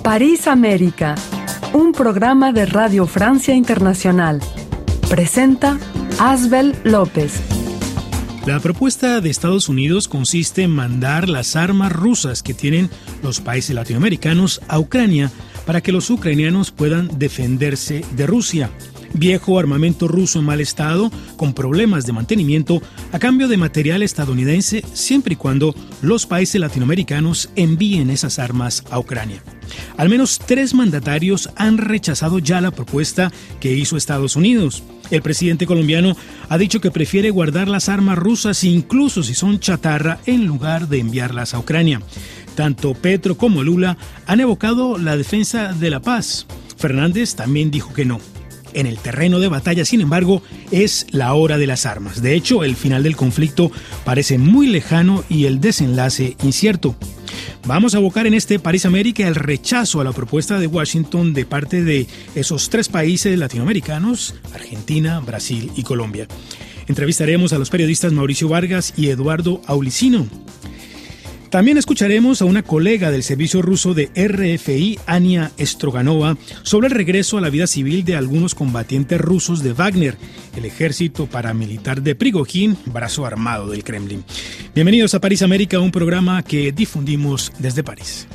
París América, un programa de Radio Francia Internacional. Presenta Asbel López. La propuesta de Estados Unidos consiste en mandar las armas rusas que tienen los países latinoamericanos a Ucrania para que los ucranianos puedan defenderse de Rusia. Viejo armamento ruso en mal estado, con problemas de mantenimiento, a cambio de material estadounidense, siempre y cuando los países latinoamericanos envíen esas armas a Ucrania. Al menos 3 mandatarios han rechazado ya la propuesta que hizo Estados Unidos. El presidente colombiano ha dicho que prefiere guardar las armas rusas, incluso si son chatarra, en lugar de enviarlas a Ucrania. Tanto Petro como Lula han evocado la defensa de la paz. Fernández también dijo que no. En el terreno de batalla, sin embargo, es la hora de las armas. De hecho, el final del conflicto parece muy lejano y el desenlace incierto. Vamos a abocar en este París América el rechazo a la propuesta de Washington de parte de esos 3 países latinoamericanos, Argentina, Brasil y Colombia. Entrevistaremos a los periodistas Mauricio Vargas y Eduardo Aulicino. También escucharemos a una colega del servicio ruso de RFI, Ania Stroganova, sobre el regreso a la vida civil de algunos combatientes rusos de Wagner, el ejército paramilitar de Prigojin, brazo armado del Kremlin. Bienvenidos a París América, un programa que difundimos desde París.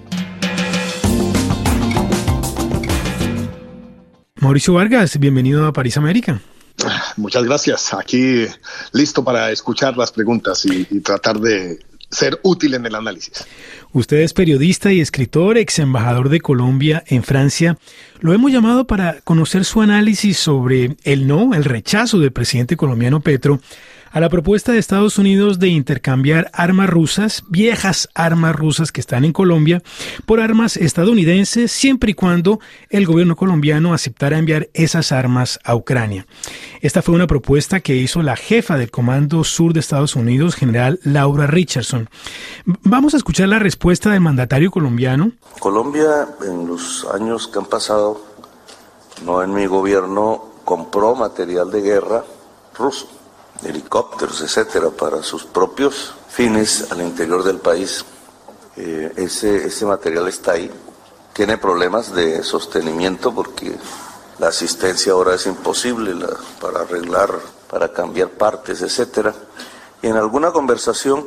Mauricio Vargas, bienvenido a París América. Muchas gracias. Aquí listo para escuchar las preguntas y tratar de ser útil en el análisis. Usted es periodista y escritor, ex embajador de Colombia en Francia. Lo hemos llamado para conocer su análisis sobre el rechazo del presidente colombiano Petro a la propuesta de Estados Unidos de intercambiar armas rusas, viejas armas rusas que están en Colombia, por armas estadounidenses, siempre y cuando el gobierno colombiano aceptara enviar esas armas a Ucrania. Esta fue una propuesta que hizo la jefa del Comando Sur de Estados Unidos, general Laura Richardson. Vamos a escuchar la respuesta del mandatario colombiano. Colombia, en los años que han pasado, no en mi gobierno, compró material de guerra ruso, helicópteros, etcétera, para sus propios fines al interior del país. Ese material está ahí. Tiene problemas de sostenimiento porque la asistencia ahora es imposible para arreglar, para cambiar partes, etcétera. Y en alguna conversación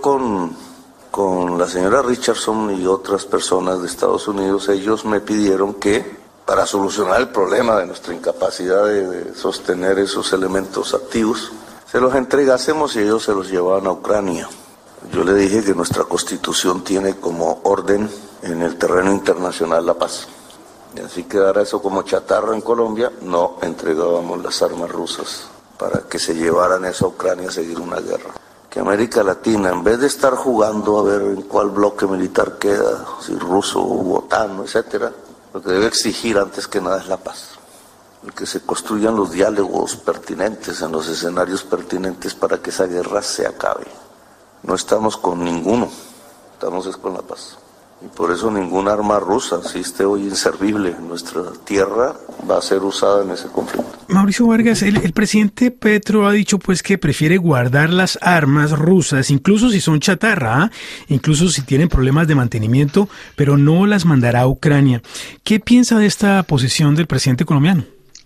con la señora Richardson y otras personas de Estados Unidos, ellos me pidieron que, para solucionar el problema de nuestra incapacidad de sostener esos elementos activos, se los entregásemos y ellos se los llevaban a Ucrania. Yo le dije que nuestra Constitución tiene como orden en el terreno internacional la paz. Y así quedara eso como chatarra en Colombia, no entregábamos las armas rusas para que se llevaran eso a Ucrania a seguir una guerra. Que América Latina, en vez de estar jugando a ver en cuál bloque militar queda, si ruso u OTAN, etcétera, lo que debe exigir antes que nada es la paz. Que se construyan los diálogos pertinentes en los escenarios pertinentes para que esa guerra se acabe. No estamos con ninguno, estamos con la paz. Y por eso ninguna arma rusa, si esté hoy inservible en nuestra tierra, va a ser usada en ese conflicto. Mauricio Vargas, el presidente Petro ha dicho pues que prefiere guardar las armas rusas, incluso si son chatarra, incluso si tienen problemas de mantenimiento, pero no las mandará a Ucrania. ¿Qué piensa de esta posición del presidente colombiano?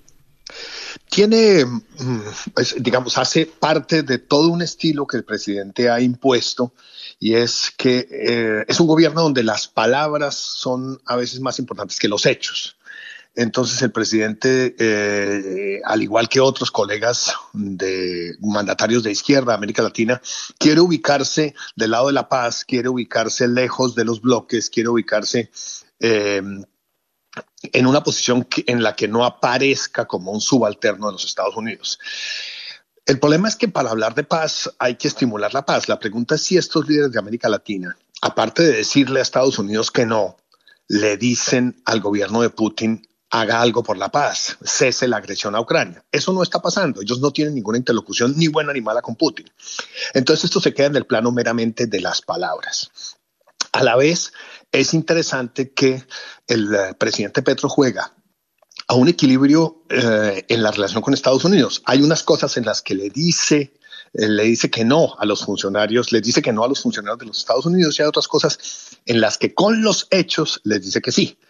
Tiene, hace parte de todo un estilo que el presidente ha impuesto, y es que es un gobierno donde las palabras son a veces más importantes que los hechos. Entonces el presidente, al igual que otros colegas de mandatarios de izquierda, América Latina, quiere ubicarse del lado de la paz, quiere ubicarse lejos de los bloques, quiere ubicarse en una posición en la que no aparezca como un subalterno de los Estados Unidos. El problema es que para hablar de paz hay que estimular la paz. La pregunta es si estos líderes de América Latina, aparte de decirle a Estados Unidos que no, le dicen al gobierno de Putin: haga algo por la paz, cese la agresión a Ucrania. Eso no está pasando. Ellos no tienen ninguna interlocución ni buena ni mala con Putin. Entonces esto se queda en el plano meramente de las palabras. A la vez, es interesante que el presidente Petro juega a un equilibrio en la relación con Estados Unidos. Hay unas cosas en las que le dice que no a los funcionarios, les dice que no a los funcionarios de los Estados Unidos, y hay otras cosas en las que con los hechos les dice que sí.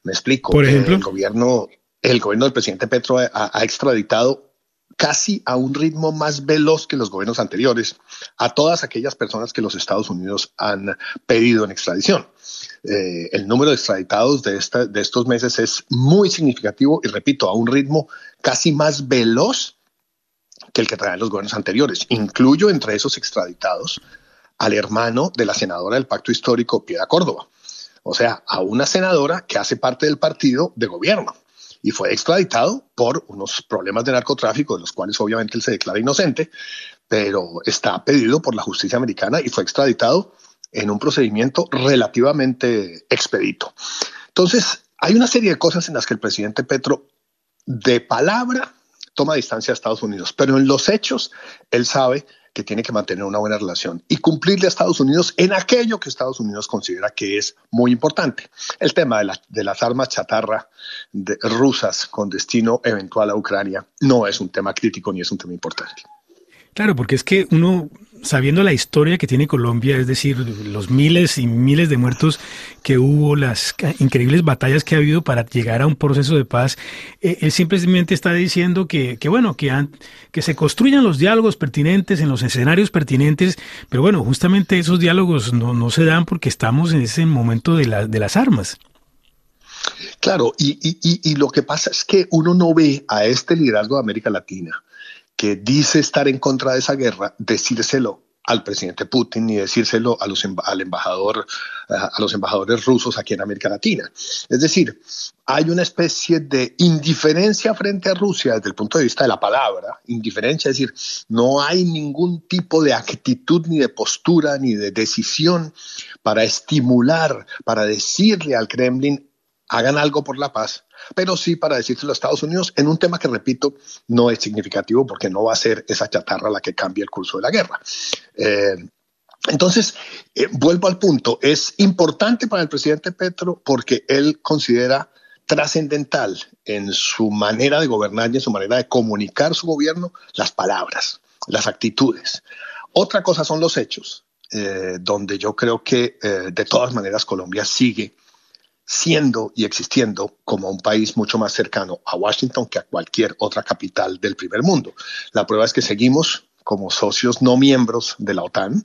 Me explico. Por ejemplo, el gobierno del presidente Petro ha extraditado casi a un ritmo más veloz que los gobiernos anteriores a todas aquellas personas que los Estados Unidos han pedido en extradición. El número de extraditados de estos meses es muy significativo y, repito, a un ritmo casi más veloz que el que traen los gobiernos anteriores. Incluyo entre esos extraditados al hermano de la senadora del Pacto Histórico, Piedad Córdoba. O sea, a una senadora que hace parte del partido de gobierno. Y fue extraditado por unos problemas de narcotráfico, de los cuales obviamente él se declara inocente, pero está pedido por la justicia americana y fue extraditado en un procedimiento relativamente expedito. Entonces, hay una serie de cosas en las que el presidente Petro, de palabra, toma distancia de Estados Unidos, pero en los hechos, él sabe que tiene que mantener una buena relación y cumplirle a Estados Unidos en aquello que Estados Unidos considera que es muy importante. El tema de las armas chatarra rusas con destino eventual a Ucrania no es un tema crítico ni es un tema importante. Claro, porque es que uno, sabiendo la historia que tiene Colombia, es decir, los miles y miles de muertos que hubo, las increíbles batallas que ha habido para llegar a un proceso de paz, él simplemente está diciendo que se construyan los diálogos pertinentes en los escenarios pertinentes, pero bueno, justamente esos diálogos no se dan porque estamos en ese momento de las armas. Claro, y lo que pasa es que uno no ve a este liderazgo de América Latina que dice estar en contra de esa guerra, decírselo al presidente Putin ni decírselo a los embajadores rusos aquí en América Latina. Es decir, hay una especie de indiferencia frente a Rusia desde el punto de vista de la palabra, indiferencia, es decir, no hay ningún tipo de actitud ni de postura ni de decisión para estimular, para decirle al Kremlin hagan algo por la paz, pero sí para decírselo a Estados Unidos en un tema que, repito, no es significativo porque no va a ser esa chatarra la que cambie el curso de la guerra. Entonces, vuelvo al punto, es importante para el presidente Petro porque él considera trascendental en su manera de gobernar y en su manera de comunicar su gobierno las palabras, las actitudes. Otra cosa son los hechos, donde yo creo que de todas maneras Colombia sigue siendo y existiendo como un país mucho más cercano a Washington que a cualquier otra capital del primer mundo. La prueba es que seguimos como socios no miembros de la OTAN,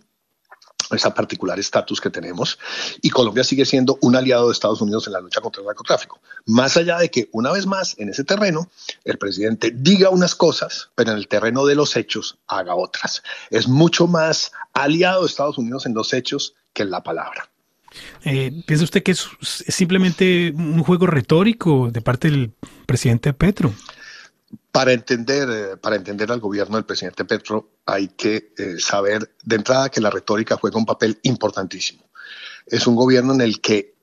ese particular estatus que tenemos, y Colombia sigue siendo un aliado de Estados Unidos en la lucha contra el narcotráfico. Más allá de que, una vez más, en ese terreno, el presidente diga unas cosas, pero en el terreno de los hechos haga otras. Es mucho más aliado de Estados Unidos en los hechos que en la palabra. ¿Piensa usted que es simplemente un juego retórico de parte del presidente Petro? Para entender al gobierno del presidente Petro hay que saber de entrada que la retórica juega un papel importantísimo. Es un gobierno en el que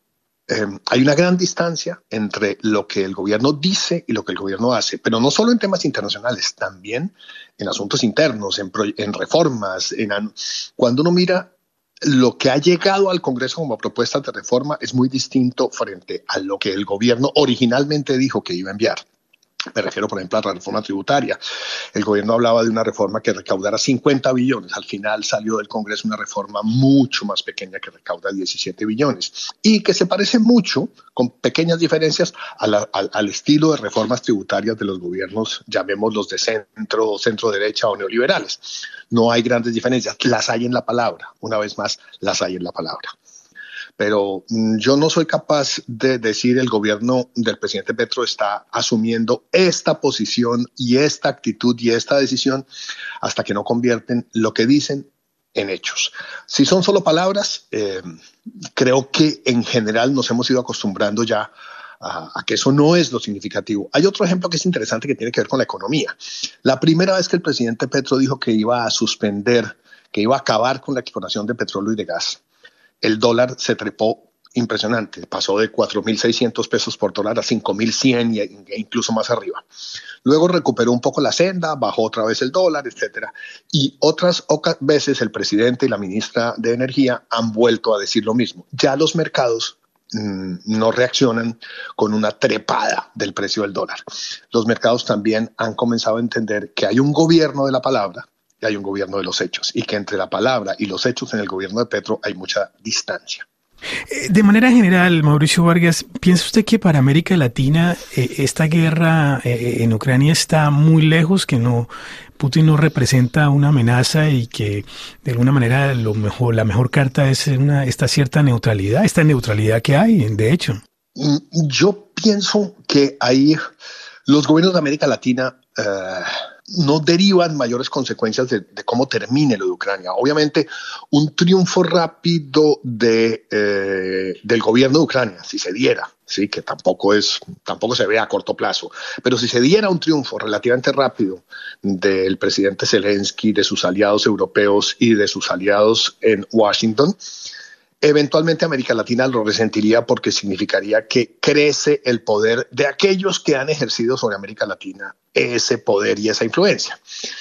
hay una gran distancia entre lo que el gobierno dice y lo que el gobierno hace, pero no solo en temas internacionales, también en asuntos internos, en reformas. Cuando uno mira lo que ha llegado al Congreso como propuestas de reforma es muy distinto frente a lo que el gobierno originalmente dijo que iba a enviar. Me refiero, por ejemplo, a la reforma tributaria. El gobierno hablaba de una reforma que recaudara 50 billones. Al final salió del Congreso una reforma mucho más pequeña que recauda 17 billones y que se parece mucho, con pequeñas diferencias, al estilo de reformas tributarias de los gobiernos, llamémoslos de centro derecha o neoliberales. No hay grandes diferencias. Las hay en la palabra. Una vez más, las hay en la palabra. Pero yo no soy capaz de decir el gobierno del presidente Petro está asumiendo esta posición y esta actitud y esta decisión hasta que no convierten lo que dicen en hechos. Si son solo palabras, creo que en general nos hemos ido acostumbrando ya a que eso no es lo significativo. Hay otro ejemplo que es interesante que tiene que ver con la economía. La primera vez que el presidente Petro dijo que iba a suspender, que iba a acabar con la exploración de petróleo y de gas, el dólar se trepó impresionante, pasó de 4.600 pesos por dólar a 5.100 e incluso más arriba. Luego recuperó un poco la senda, bajó otra vez el dólar, etcétera. Y otras veces el presidente y la ministra de Energía han vuelto a decir lo mismo. Ya los mercados no reaccionan con una trepada del precio del dólar. Los mercados también han comenzado a entender que hay un gobierno de la palabra y hay un gobierno de los hechos, y que entre la palabra y los hechos en el gobierno de Petro hay mucha distancia. De manera general, Mauricio Vargas, ¿piensa usted que para América Latina esta guerra en Ucrania está muy lejos, que Putin no representa una amenaza y que de alguna manera la mejor carta es esta cierta neutralidad, esta neutralidad que hay, de hecho? Yo pienso que ahí los gobiernos de América Latina no derivan mayores consecuencias de cómo termine lo de Ucrania. Obviamente, un triunfo rápido del gobierno de Ucrania, si se diera, sí, que tampoco se ve a corto plazo, pero si se diera un triunfo relativamente rápido del presidente Zelensky, de sus aliados europeos y de sus aliados en Washington, eventualmente América Latina lo resentiría porque significaría que crece el poder de aquellos que han ejercido sobre América Latina ese poder y esa influencia.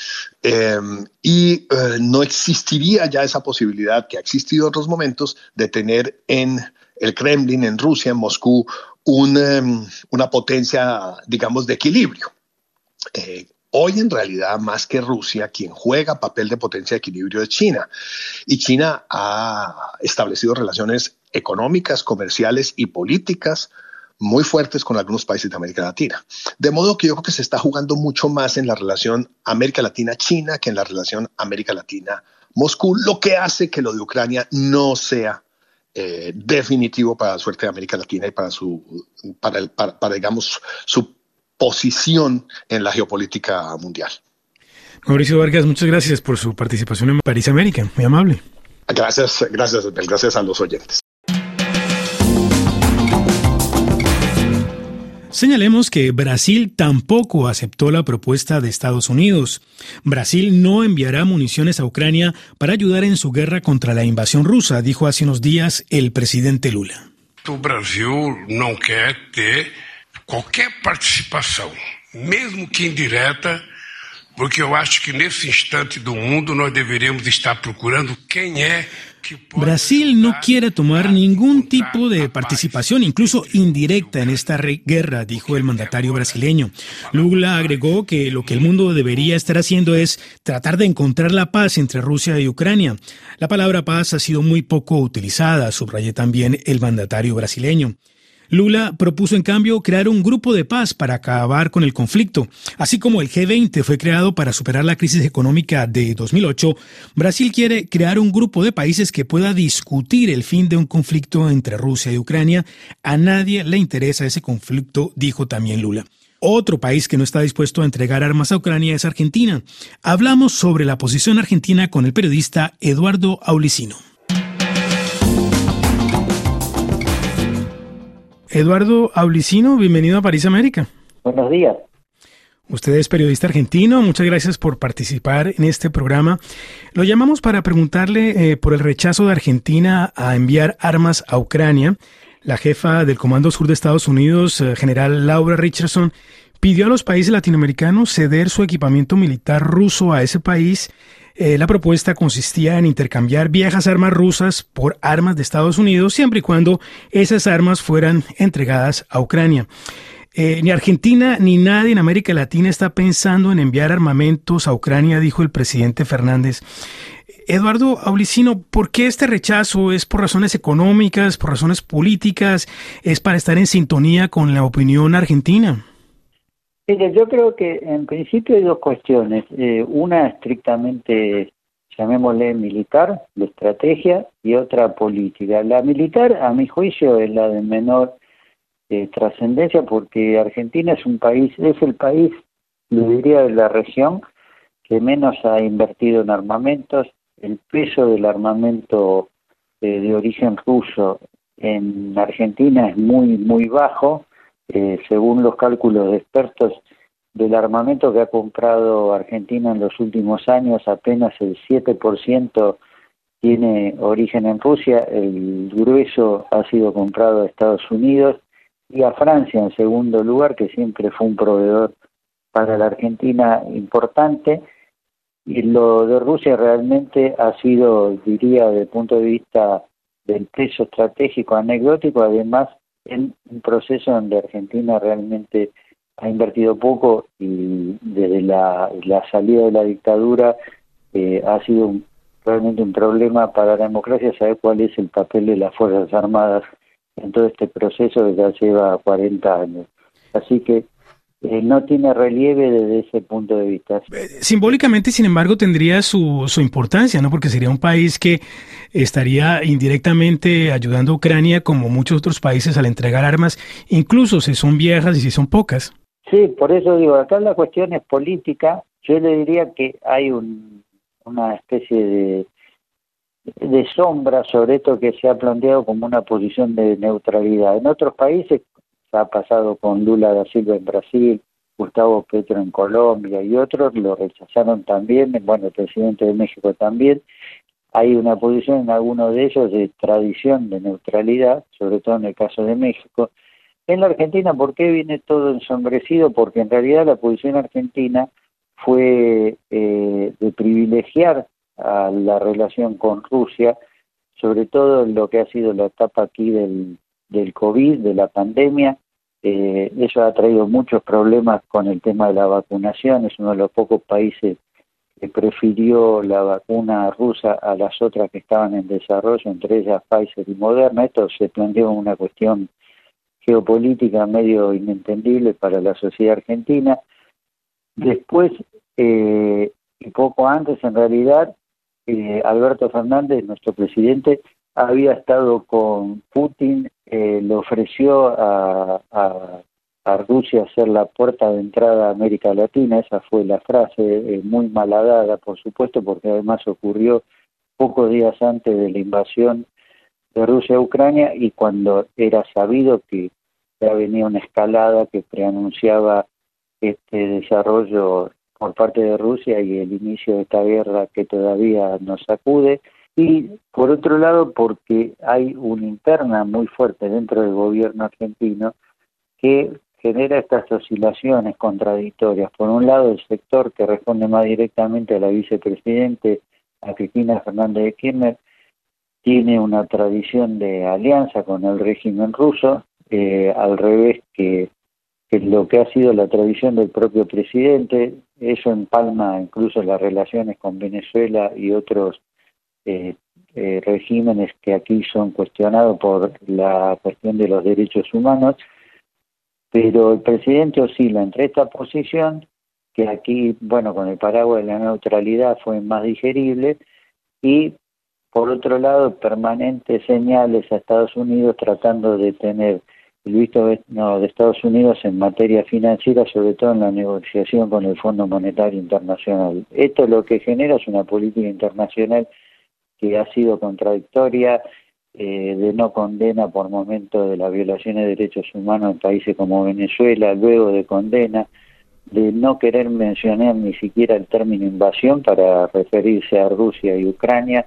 No existiría ya esa posibilidad que ha existido en otros momentos de tener en el Kremlin, en Rusia, en Moscú, una potencia, digamos, de equilibrio. Hoy, en realidad, más que Rusia, quien juega papel de potencia de equilibrio es China. Y China ha establecido relaciones económicas, comerciales y políticas muy fuertes con algunos países de América Latina. De modo que yo creo que se está jugando mucho más en la relación América Latina-China que en la relación América Latina-Moscú, lo que hace que lo de Ucrania no sea definitivo para la suerte de América Latina y para digamos, su posición en la geopolítica mundial. Mauricio Vargas, muchas gracias por su participación en París América, muy amable. Gracias a los oyentes. Señalemos que Brasil tampoco aceptó la propuesta de Estados Unidos. Brasil no enviará municiones a Ucrania para ayudar en su guerra contra la invasión rusa, dijo hace unos días el presidente Lula. O Brasil não quer ter qualquer participação, mesmo que indireta, porque eu acho que nesse instante do mundo nós deveríamos estar procurando quem é que pode. Brasil no quiere tomar ningún tipo de participación, incluso indirecta, en esta guerra, dijo el mandatario brasileño. Lula agregó que lo que el mundo debería estar haciendo es tratar de encontrar la paz entre Rusia y Ucrania. La palabra paz ha sido muy poco utilizada, subrayó también el mandatario brasileño. Lula propuso, en cambio, crear un grupo de paz para acabar con el conflicto. Así como el G20 fue creado para superar la crisis económica de 2008, Brasil quiere crear un grupo de países que pueda discutir el fin de un conflicto entre Rusia y Ucrania. A nadie le interesa ese conflicto, dijo también Lula. Otro país que no está dispuesto a entregar armas a Ucrania es Argentina. Hablamos sobre la posición argentina con el periodista Eduardo Aulicino. Eduardo Aulicino, bienvenido a París América. Buenos días. Usted es periodista argentino, muchas gracias por participar en este programa. Lo llamamos para preguntarle por el rechazo de Argentina a enviar armas a Ucrania. La jefa del Comando Sur de Estados Unidos, general Laura Richardson, pidió a los países latinoamericanos ceder su equipamiento militar ruso a ese país. La propuesta consistía en intercambiar viejas armas rusas por armas de Estados Unidos, siempre y cuando esas armas fueran entregadas a Ucrania. Ni Argentina ni nadie en América Latina está pensando en enviar armamentos a Ucrania, dijo el presidente Fernández. Eduardo Aulicino, ¿por qué este rechazo? ¿Es por razones económicas, por razones políticas? ¿Es para estar en sintonía con la opinión argentina? Mire, yo creo que en principio hay dos cuestiones. Una estrictamente, llamémosle militar, de estrategia, y otra política. La militar, a mi juicio, es la de menor trascendencia, porque Argentina es el país, lo diría, de la región que menos ha invertido en armamentos. El peso del armamento de origen ruso en Argentina es muy, muy bajo. Según los cálculos de expertos, del armamento que ha comprado Argentina en los últimos años, apenas el 7% tiene origen en Rusia, el grueso ha sido comprado a Estados Unidos y a Francia en segundo lugar, que siempre fue un proveedor para la Argentina importante. Y lo de Rusia realmente ha sido, diría, desde el punto de vista del peso estratégico, anecdótico, además en un proceso donde Argentina realmente ha invertido poco y desde la salida de la dictadura ha sido un realmente un problema para la democracia saber cuál es el papel de las Fuerzas Armadas en todo este proceso que ya lleva 40 años. Así que no tiene relieve desde ese punto de vista. Simbólicamente, sin embargo, tendría su importancia, ¿no? Porque sería un país que estaría indirectamente ayudando a Ucrania, como muchos otros países, al entregar armas, incluso si son viejas y si son pocas. Sí, por eso digo, acá la cuestión es política. Yo le diría que hay una especie de sombra sobre esto que se ha planteado como una posición de neutralidad. En otros países ha pasado con Lula da Silva en Brasil, Gustavo Petro en Colombia y otros lo rechazaron también, bueno, el presidente de México también. Hay una posición en algunos de ellos de tradición de neutralidad, sobre todo en el caso de México. En la Argentina, ¿por qué viene todo ensombrecido? Porque en realidad la posición argentina fue de privilegiar a la relación con Rusia, sobre todo en lo que ha sido la etapa aquí del COVID, de la pandemia. Eso ha traído muchos problemas con el tema de la vacunación. Es uno de los pocos países que prefirió la vacuna rusa a las otras que estaban en desarrollo, entre ellas Pfizer y Moderna. Esto se planteó una cuestión geopolítica medio inentendible para la sociedad argentina. Después, y poco antes en realidad, Alberto Fernández, nuestro presidente, había estado con Putin, le ofreció a Rusia ser la puerta de entrada a América Latina. Esa fue la frase, muy malhadada, por supuesto, porque además ocurrió pocos días antes de la invasión de Rusia a Ucrania y cuando era sabido que ya venía una escalada que preanunciaba este desarrollo por parte de Rusia y el inicio de esta guerra que todavía nos sacude. Y por otro lado, porque hay una interna muy fuerte dentro del gobierno argentino que genera estas oscilaciones contradictorias. Por un lado, el sector que responde más directamente a la vicepresidente, a Cristina Fernández de Kirchner, tiene una tradición de alianza con el régimen ruso, al revés que lo que ha sido la tradición del propio presidente. Eso empalma incluso las relaciones con Venezuela y otros regímenes que aquí son cuestionados por la cuestión de los derechos humanos, pero el presidente oscila entre esta posición, que aquí, bueno, con el paraguas de la neutralidad fue más digerible, y por otro lado, permanentes señales a Estados Unidos tratando de tener el visto de Estados Unidos en materia financiera, sobre todo en la negociación con el Fondo Monetario Internacional. Esto lo que genera es una política internacional que ha sido contradictoria, de no condena por momentos de las violaciones de derechos humanos en países como Venezuela, luego de condena, de no querer mencionar ni siquiera el término invasión para referirse a Rusia y Ucrania,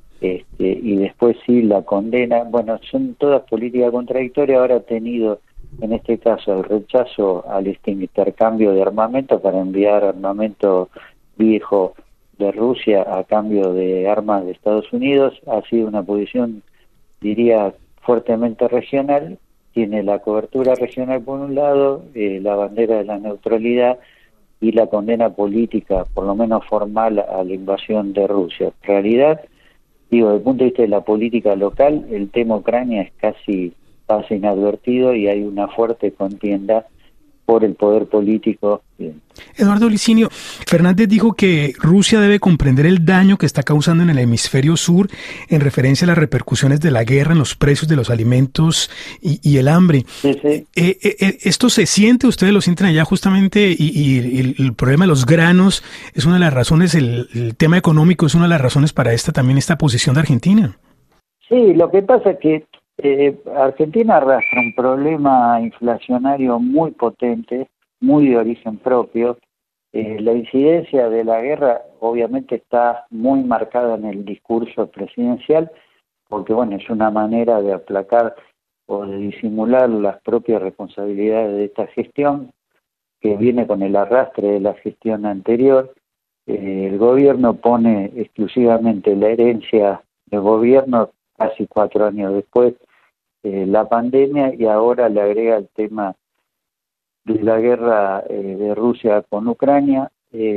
y después sí la condena. Bueno, son todas políticas contradictorias. Ahora ha tenido en este caso el rechazo al intercambio de armamento para enviar armamento viejo de Rusia a cambio de armas de Estados Unidos. Ha sido una posición, diría, fuertemente regional. Tiene la cobertura regional por un lado, la bandera de la neutralidad y la condena política, por lo menos formal, a la invasión de Rusia. En realidad, digo, desde el punto de vista de la política local, el tema Ucrania es casi pasa inadvertido y hay una fuerte contienda por el poder político. Eduardo Licinio, Fernández dijo que Rusia debe comprender el daño que está causando en el hemisferio sur en referencia a las repercusiones de la guerra en los precios de los alimentos y el hambre. Sí, sí. ¿Esto se siente? ¿Ustedes lo sienten allá justamente? Y el problema de los granos es una de las razones, el tema económico es una de las razones para esta posición de Argentina. Sí, lo que pasa es que Argentina arrastra un problema inflacionario muy potente, muy de origen propio. La incidencia de la guerra obviamente está muy marcada en el discurso presidencial, porque bueno, es una manera de aplacar o de disimular las propias responsabilidades de esta gestión, que viene con el arrastre de la gestión anterior. El gobierno pone exclusivamente la herencia del gobierno casi 4 años después, la pandemia, y ahora le agrega el tema de la guerra de Rusia con Ucrania.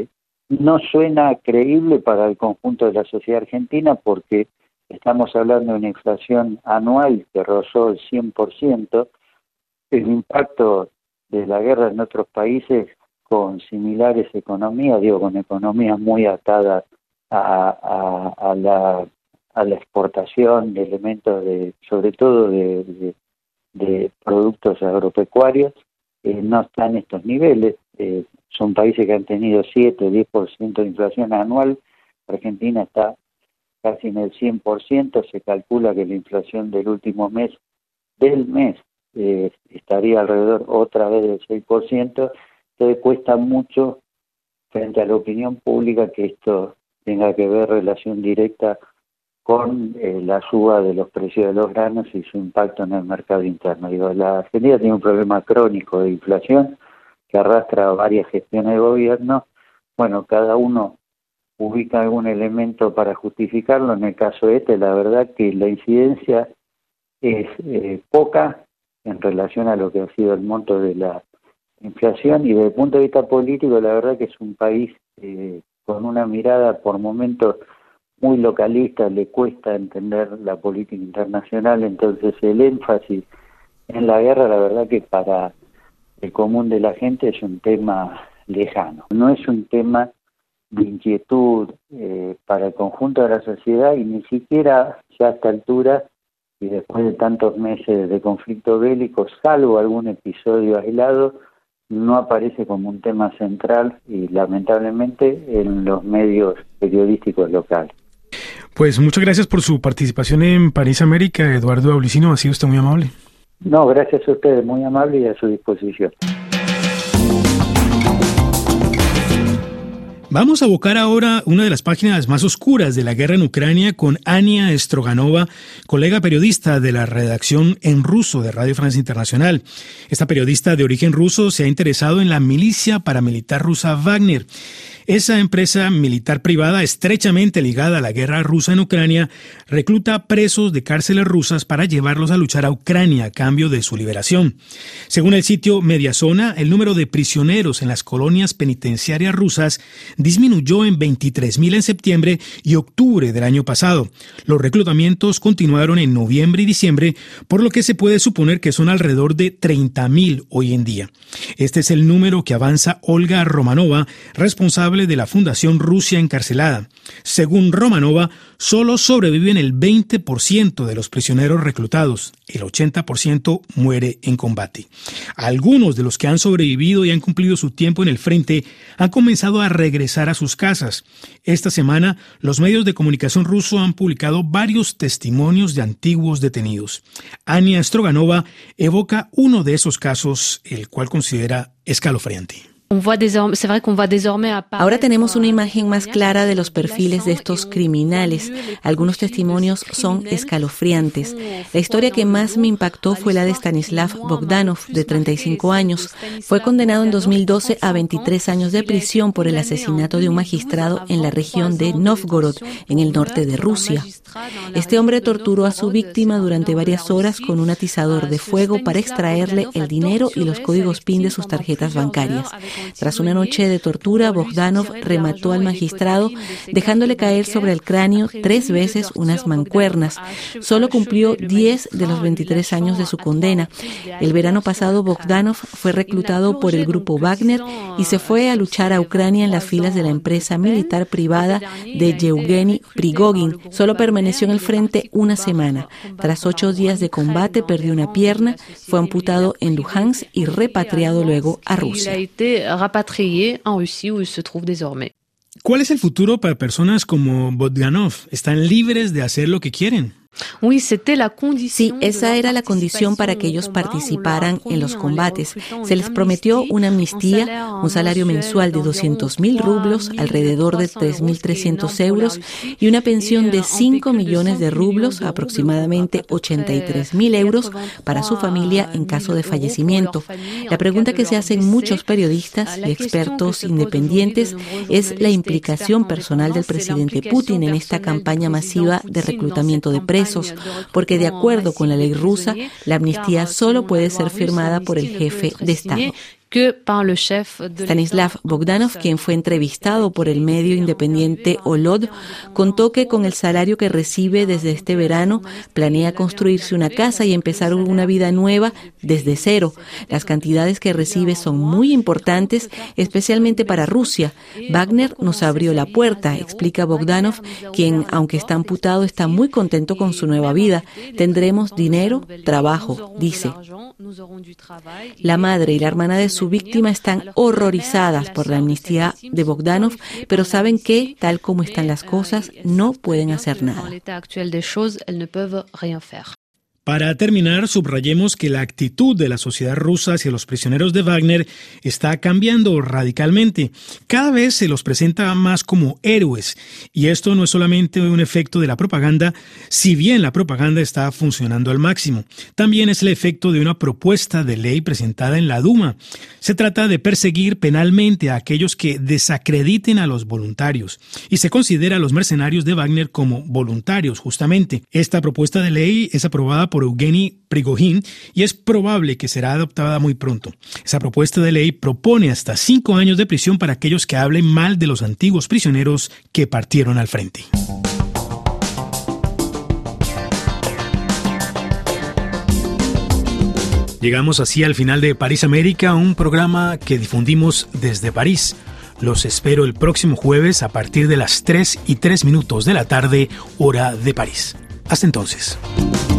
no suena creíble para el conjunto de la sociedad argentina porque estamos hablando de una inflación anual que rozó el 100%, el impacto de la guerra en otros países con similares economías, con economías muy atadas a la exportación de elementos, sobre todo de productos agropecuarios, no están en estos niveles. Son países que han tenido 7 o 10% de inflación anual. Argentina está casi en el 100%. Se calcula que la inflación del último mes, estaría alrededor otra vez del 6%. Entonces cuesta mucho frente a la opinión pública que esto tenga que ver relación directa con la suba de los precios de los granos y su impacto en el mercado interno. La Argentina tiene un problema crónico de inflación que arrastra varias gestiones de gobierno. Bueno, cada uno ubica algún elemento para justificarlo. En el caso la verdad que la incidencia es poca en relación a lo que ha sido el monto de la inflación, y desde el punto de vista político, la verdad que es un país con una mirada por momentos muy localista, le cuesta entender la política internacional, entonces el énfasis en la guerra, la verdad que para el común de la gente es un tema lejano, no es un tema de inquietud para el conjunto de la sociedad, y ni siquiera ya a esta altura y después de tantos meses de conflicto bélico, salvo algún episodio aislado, no aparece como un tema central y lamentablemente en los medios periodísticos locales. Pues muchas gracias por su participación en París América, Eduardo Aulicino, ha sido usted muy amable. No, gracias a ustedes, muy amable y a su disposición. Vamos a evocar ahora una de las páginas más oscuras de la guerra en Ucrania con Ania Stroganova, colega periodista de la redacción en ruso de Radio Francia Internacional. Esta periodista de origen ruso se ha interesado en la milicia paramilitar rusa Wagner. Esa empresa militar privada estrechamente ligada a la guerra rusa en Ucrania recluta presos de cárceles rusas para llevarlos a luchar a Ucrania a cambio de su liberación. Según el sitio Mediazona, el número de prisioneros en las colonias penitenciarias rusas disminuyó en 23.000 en septiembre y octubre del año pasado. Los reclutamientos continuaron en noviembre y diciembre, por lo que se puede suponer que son alrededor de 30.000 hoy en día. Este es el número que avanza Olga Romanova, responsable de la Fundación Rusia Encarcelada. Según Romanova, solo sobreviven el 20% de los prisioneros reclutados. El 80% muere en combate. Algunos de los que han sobrevivido y han cumplido su tiempo en el frente han comenzado a regresar a sus casas. Esta semana, los medios de comunicación rusos han publicado varios testimonios de antiguos detenidos. Ania Stroganova evoca uno de esos casos, el cual considera escalofriante. Ahora tenemos una imagen más clara de los perfiles de estos criminales. Algunos testimonios son escalofriantes. La historia que más me impactó fue la de Stanislav Bogdanov, de 35 años. Fue condenado en 2012 a 23 años de prisión por el asesinato de un magistrado en la región de Novgorod, en el norte de Rusia. Este hombre torturó a su víctima durante varias horas con un atizador de fuego para extraerle el dinero y los códigos PIN de sus tarjetas bancarias. Tras una noche de tortura, Bogdanov remató al magistrado, dejándole caer sobre el cráneo 3 veces unas mancuernas. Solo cumplió 10 de los 23 años de su condena. El verano pasado, Bogdanov fue reclutado por el grupo Wagner y se fue a luchar a Ucrania en las filas de la empresa militar privada de Yevgeny Prigoghin. Solo permaneció en el frente una semana. Tras 8 días de combate, perdió una pierna, fue amputado en Luhansk y repatriado luego a Rusia. ¿Cuál es el futuro para personas como Bogdanov? ¿Están libres de hacer lo que quieren? Sí, esa era la condición para que ellos participaran en los combates. Se les prometió una amnistía, un salario mensual de 200.000 rublos, alrededor de 3.300 euros, y una pensión de 5 millones de rublos, aproximadamente 83.000 euros, para su familia en caso de fallecimiento. La pregunta que se hacen muchos periodistas y expertos independientes es la implicación personal del presidente Putin en esta campaña masiva de reclutamiento de presos, porque de acuerdo con la ley rusa, la amnistía solo puede ser firmada por el jefe de Estado. Stanislav Bogdanov, quien fue entrevistado por el medio independiente Olod, contó que con el salario que recibe desde este verano planea construirse una casa y empezar una vida nueva desde cero. Las cantidades que recibe son muy importantes, especialmente para Rusia. Wagner nos abrió la puerta, explica Bogdanov, quien, aunque está amputado, está muy contento con su nueva vida. Tendremos dinero, trabajo, dice. La madre y la hermana de su víctima están horrorizadas por la amnistía de Bogdanov, pero saben que, tal como están las cosas, no pueden hacer nada. Para terminar, subrayemos que la actitud de la sociedad rusa hacia los prisioneros de Wagner está cambiando radicalmente. Cada vez se los presenta más como héroes, y esto no es solamente un efecto de la propaganda, si bien la propaganda está funcionando al máximo. También es el efecto de una propuesta de ley presentada en la Duma. Se trata de perseguir penalmente a aquellos que desacrediten a los voluntarios, y se considera a los mercenarios de Wagner como voluntarios, justamente. Esta propuesta de ley es aprobada por Eugeni Prigozhin y es probable que será adoptada muy pronto. Esa propuesta de ley propone hasta 5 años de prisión para aquellos que hablen mal de los antiguos prisioneros que partieron al frente. Llegamos así al final de París América, un programa que difundimos desde París. Los espero el próximo jueves a partir de las 3:03 de la tarde, hora de París. Hasta entonces.